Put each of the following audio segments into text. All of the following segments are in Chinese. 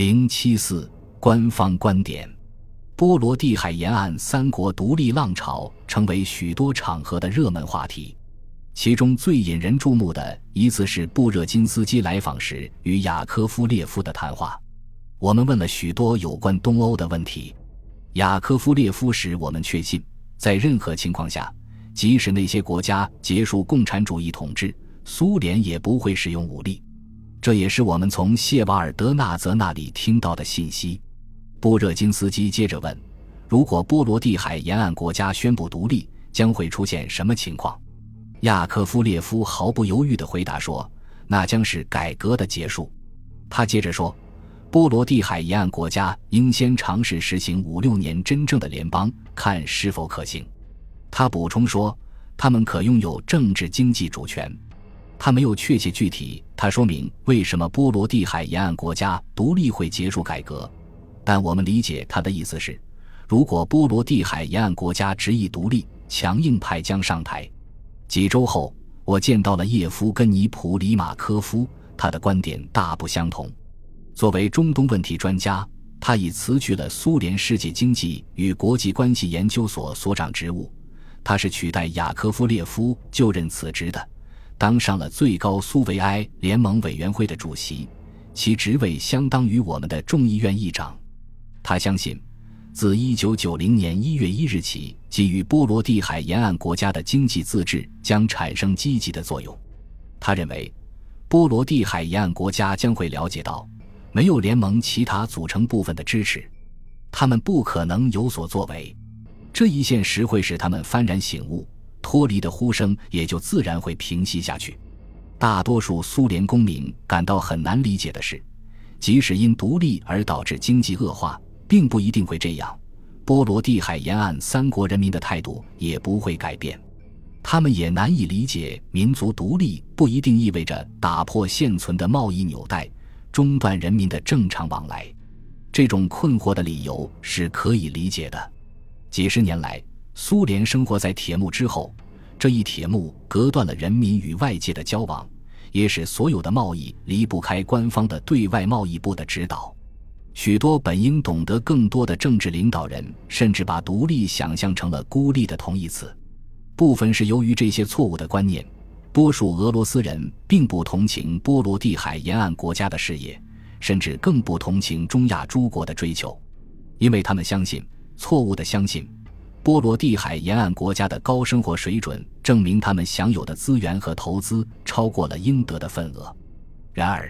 074官方观点。波罗的海沿岸三国独立浪潮成为许多场合的热门话题，其中最引人注目的一次是布热津斯基来访时与雅科夫列夫的谈话。我们问了许多有关东欧的问题，雅科夫列夫使我们确信，在任何情况下，即使那些国家结束共产主义统治，苏联也不会使用武力。这也是我们从谢瓦尔德纳泽那里听到的信息。布热津斯基接着问，如果波罗的海沿岸国家宣布独立，将会出现什么情况？雅科夫列夫毫不犹豫地回答说，那将是改革的结束。他接着说，波罗的海沿岸国家应先尝试实行5-6年真正的联邦，看是否可行。他补充说，他们可拥有政治经济主权。他没有确切具体，他说明为什么波罗的海沿岸国家独立会结束改革，但我们理解他的意思是，如果波罗的海沿岸国家执意独立，强硬派将上台。几周后，我见到了叶夫根尼·普里马科夫，他的观点大不相同。作为中东问题专家，他已辞去了苏联世界经济与国际关系研究所所长职务，他是取代雅科夫列夫就任辞职的，当上了最高苏维埃联盟委员会的主席，其职位相当于我们的众议院议长。他相信，自1990年1月1日起，给予波罗的海沿岸国家的经济自治将产生积极的作用。他认为，波罗的海沿岸国家将会了解到，没有联盟其他组成部分的支持，他们不可能有所作为。这一现实会使他们幡然醒悟，脱离的呼声也就自然会平息下去。大多数苏联公民感到很难理解的是，即使因独立而导致经济恶化，并不一定会这样，波罗的海沿岸三国人民的态度也不会改变。他们也难以理解，民族独立不一定意味着打破现存的贸易纽带，中断人民的正常往来。这种困惑的理由是可以理解的。几十年来，苏联生活在铁幕之后，这一铁幕隔断了人民与外界的交往，也使所有的贸易离不开官方的对外贸易部的指导。许多本应懂得更多的政治领导人甚至把独立想象成了孤立的同义词。部分是由于这些错误的观念，多数俄罗斯人并不同情波罗的海沿岸国家的事业，甚至更不同情中亚诸国的追求，因为他们相信，错误地相信，波罗的海沿岸国家的高生活水准证明他们享有的资源和投资超过了应得的份额。然而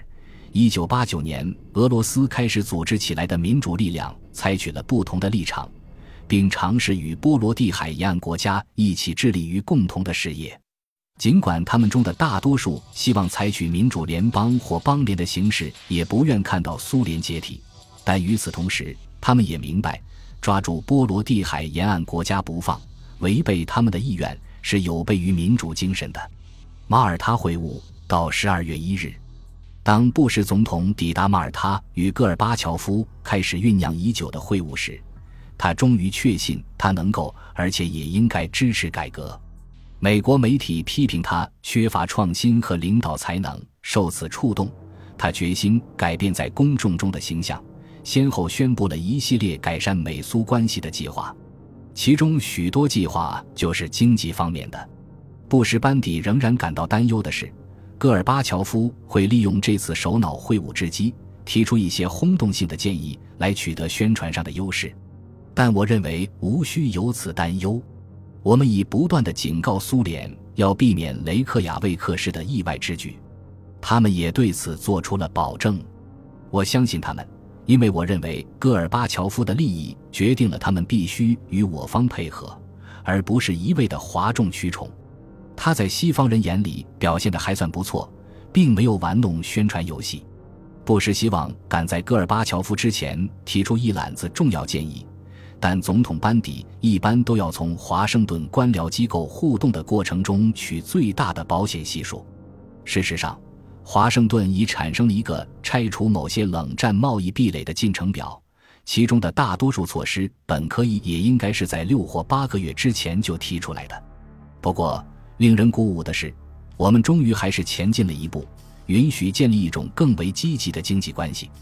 1989年俄罗斯开始组织起来的民主力量采取了不同的立场，并尝试与波罗的海沿岸国家一起致力于共同的事业。尽管他们中的大多数希望采取民主联邦或邦联的形式，也不愿看到苏联解体，但与此同时，他们也明白，抓住波罗的海沿岸国家不放，违背他们的意愿，是有悖于民主精神的。马耳他会晤到12月1日，当布什总统抵达马耳他与戈尔巴乔夫开始酝酿已久的会晤时，他终于确信他能够，而且也应该支持改革。美国媒体批评他缺乏创新和领导才能，受此触动，他决心改变在公众中的形象，先后宣布了一系列改善美苏关系的计划，其中许多计划就是经济方面的。布什班底仍然感到担忧的是，戈尔巴乔夫会利用这次首脑会晤之机，提出一些轰动性的建议来取得宣传上的优势。但我认为无需有此担忧，我们已不断地警告苏联要避免雷克雅未克式的意外之举，他们也对此做出了保证。我相信他们，因为我认为戈尔巴乔夫的利益决定了他们必须与我方配合，而不是一味的哗众取宠。他在西方人眼里表现得还算不错，并没有玩弄宣传游戏。布什希望赶在戈尔巴乔夫之前提出一揽子重要建议，但总统班底一般都要从华盛顿官僚机构互动的过程中取最大的保险系数。事实上，华盛顿已产生了一个拆除某些冷战贸易壁垒的进程表，其中的大多数措施本可以也应该是在6或8个月之前就提出来的。不过令人鼓舞的是，我们终于还是前进了一步，允许建立一种更为积极的经济关系。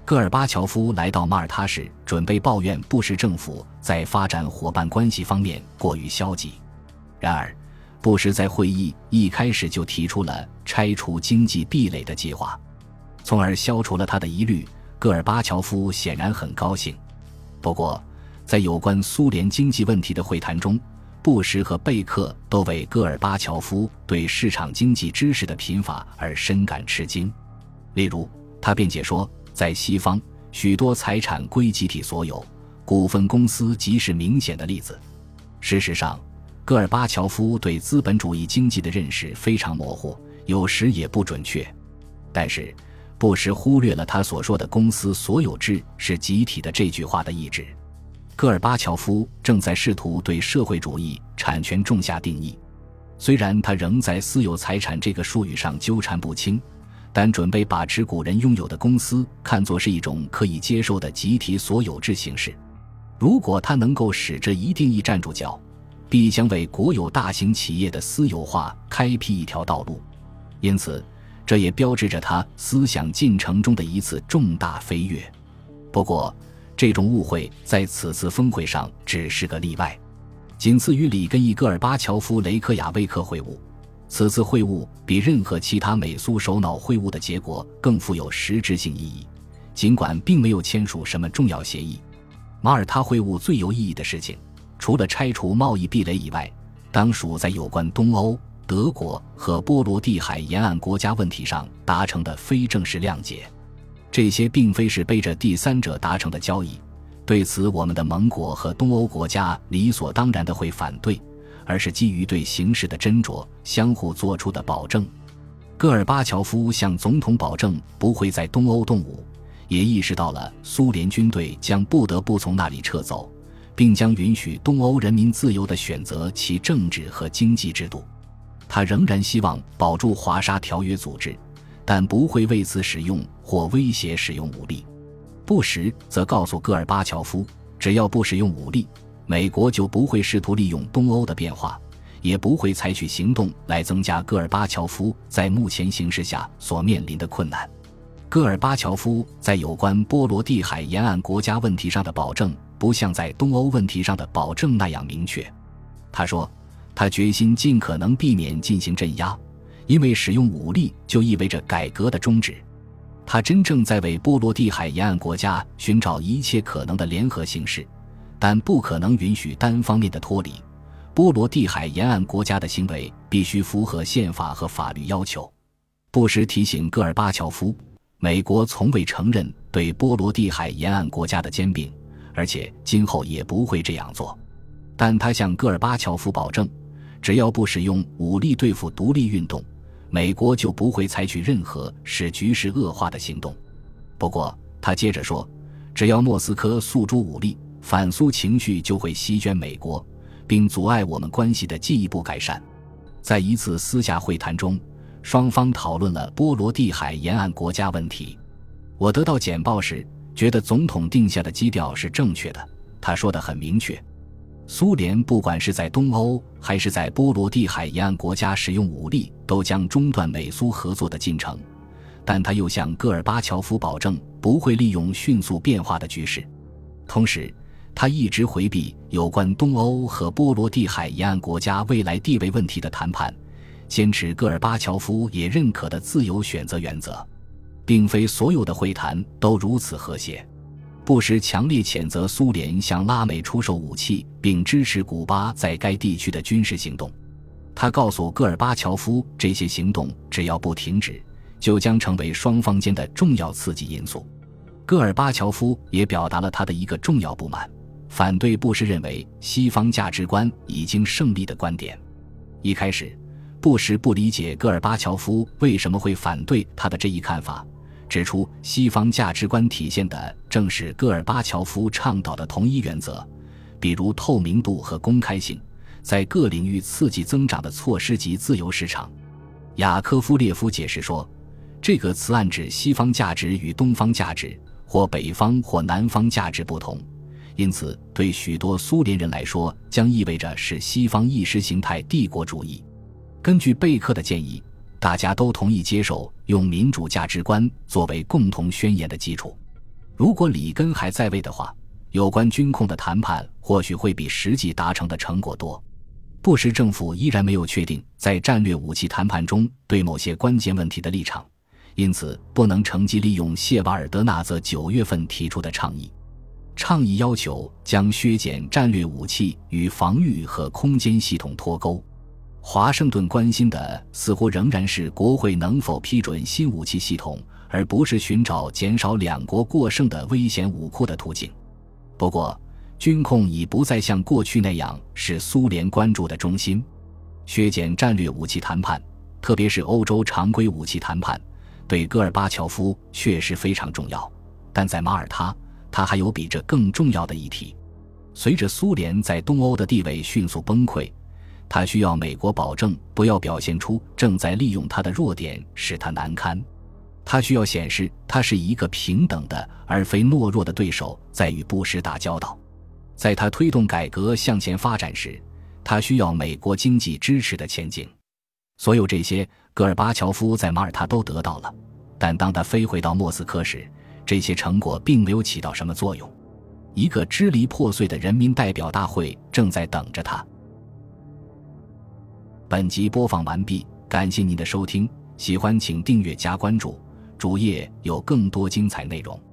戈尔巴乔夫来到马耳他时，准备抱怨布什政府在发展伙伴关系方面过于消极。然而，布什在会议一开始就提出了拆除经济壁垒的计划，从而消除了他的疑虑。戈尔巴乔夫显然很高兴。不过，在有关苏联经济问题的会谈中，布什和贝克都为戈尔巴乔夫对市场经济知识的贫乏而深感吃惊。例如，他辩解说，在西方，许多财产归集体所有，股份公司即是明显的例子。事实上，戈尔巴乔夫对资本主义经济的认识非常模糊，有时也不准确。但是，布什忽略了他所说的公司所有制是集体的这句话的意志。戈尔巴乔夫正在试图对社会主义产权种下定义，虽然他仍在私有财产这个术语上纠缠不清，但准备把持股人拥有的公司看作是一种可以接受的集体所有制形式。如果他能够使这一定义站住脚，必将为国有大型企业的私有化开辟一条道路。因此，这也标志着他思想进程中的一次重大飞跃。不过，这种误会在此次峰会上只是个例外，仅次于里根伊戈尔巴乔夫雷克雅未克会晤。此次会晤比任何其他美苏首脑会晤的结果更富有实质性意义，尽管并没有签署什么重要协议。马耳他会晤最有意义的事情，除了拆除贸易壁垒以外，当属在有关东欧、德国和波罗的海沿岸国家问题上达成的非正式谅解。这些并非是背着第三者达成的交易，对此我们的盟国和东欧国家理所当然地会反对，而是基于对形势的斟酌相互做出的保证。戈尔巴乔夫向总统保证不会在东欧动武，也意识到了苏联军队将不得不从那里撤走，并将允许东欧人民自由地选择其政治和经济制度。他仍然希望保住华沙条约组织，但不会为此使用或威胁使用武力。布什则告诉戈尔巴乔夫，只要不使用武力，美国就不会试图利用东欧的变化，也不会采取行动来增加戈尔巴乔夫在目前形势下所面临的困难。戈尔巴乔夫在有关波罗的海沿岸国家问题上的保证，不像在东欧问题上的保证那样明确。他说，他决心尽可能避免进行镇压，因为使用武力就意味着改革的终止。他真正在为波罗的海沿岸国家寻找一切可能的联合形式，但不可能允许单方面的脱离。波罗的海沿岸国家的行为必须符合宪法和法律要求。布什提醒戈尔巴乔夫，美国从未承认对波罗的海沿岸国家的兼并，而且今后也不会这样做。但他向戈尔巴乔夫保证，只要不使用武力对付独立运动，美国就不会采取任何使局势恶化的行动。不过，他接着说，只要莫斯科诉诸武力，反苏情绪就会席卷美国，并阻碍我们关系的进一步改善。在一次私下会谈中，双方讨论了波罗的海沿岸国家问题。我得到简报时，觉得总统定下的基调是正确的。他说得很明确，苏联不管是在东欧还是在波罗的海沿岸国家使用武力，都将中断美苏合作的进程。但他又向戈尔巴乔夫保证不会利用迅速变化的局势。同时，他一直回避有关东欧和波罗的海沿岸国家未来地位问题的谈判，坚持戈尔巴乔夫也认可的自由选择原则。并非所有的会谈都如此和谐。布什强烈谴责苏联向拉美出售武器，并支持古巴在该地区的军事行动。他告诉戈尔巴乔夫，这些行动只要不停止，就将成为双方间的重要刺激因素。戈尔巴乔夫也表达了他的一个重要不满，反对布什认为西方价值观已经胜利的观点。一开始，布什不理解戈尔巴乔夫为什么会反对他的这一看法，指出西方价值观体现的正是戈尔巴乔夫倡导的同一原则，比如透明度和公开性，在各领域刺激增长的措施及自由市场。雅科夫列夫解释说，这个词暗指西方价值与东方价值，或北方或南方价值不同，因此对许多苏联人来说将意味着是西方意识形态帝国主义。根据贝克的建议，大家都同意接受用民主价值观作为共同宣言的基础。 如果里根还在位的话，有关军控的谈判或许会比实际达成的成果多。布什政府依然没有确定在战略武器谈判中对某些关键问题的立场，因此不能乘机利用谢瓦尔德纳泽9月份提出的倡议。倡议要求将削减战略武器与防御和空间系统脱钩。华盛顿关心的似乎仍然是国会能否批准新武器系统，而不是寻找减少两国过剩的危险武库的途径。不过，军控已不再像过去那样是苏联关注的中心。削减战略武器谈判，特别是欧洲常规武器谈判，对戈尔巴乔夫确实非常重要，但在马耳他，他还有比这更重要的议题。随着苏联在东欧的地位迅速崩溃，他需要美国保证不要表现出正在利用他的弱点使他难堪。他需要显示他是一个平等的而非懦弱的对手在与布什打交道。在他推动改革向前发展时，他需要美国经济支持的前景。所有这些戈尔巴乔夫在马耳他都得到了，但当他飞回到莫斯科时，这些成果并没有起到什么作用。一个支离破碎的人民代表大会正在等着他。本集播放完毕，感谢您的收听，喜欢请订阅加关注，主页有更多精彩内容。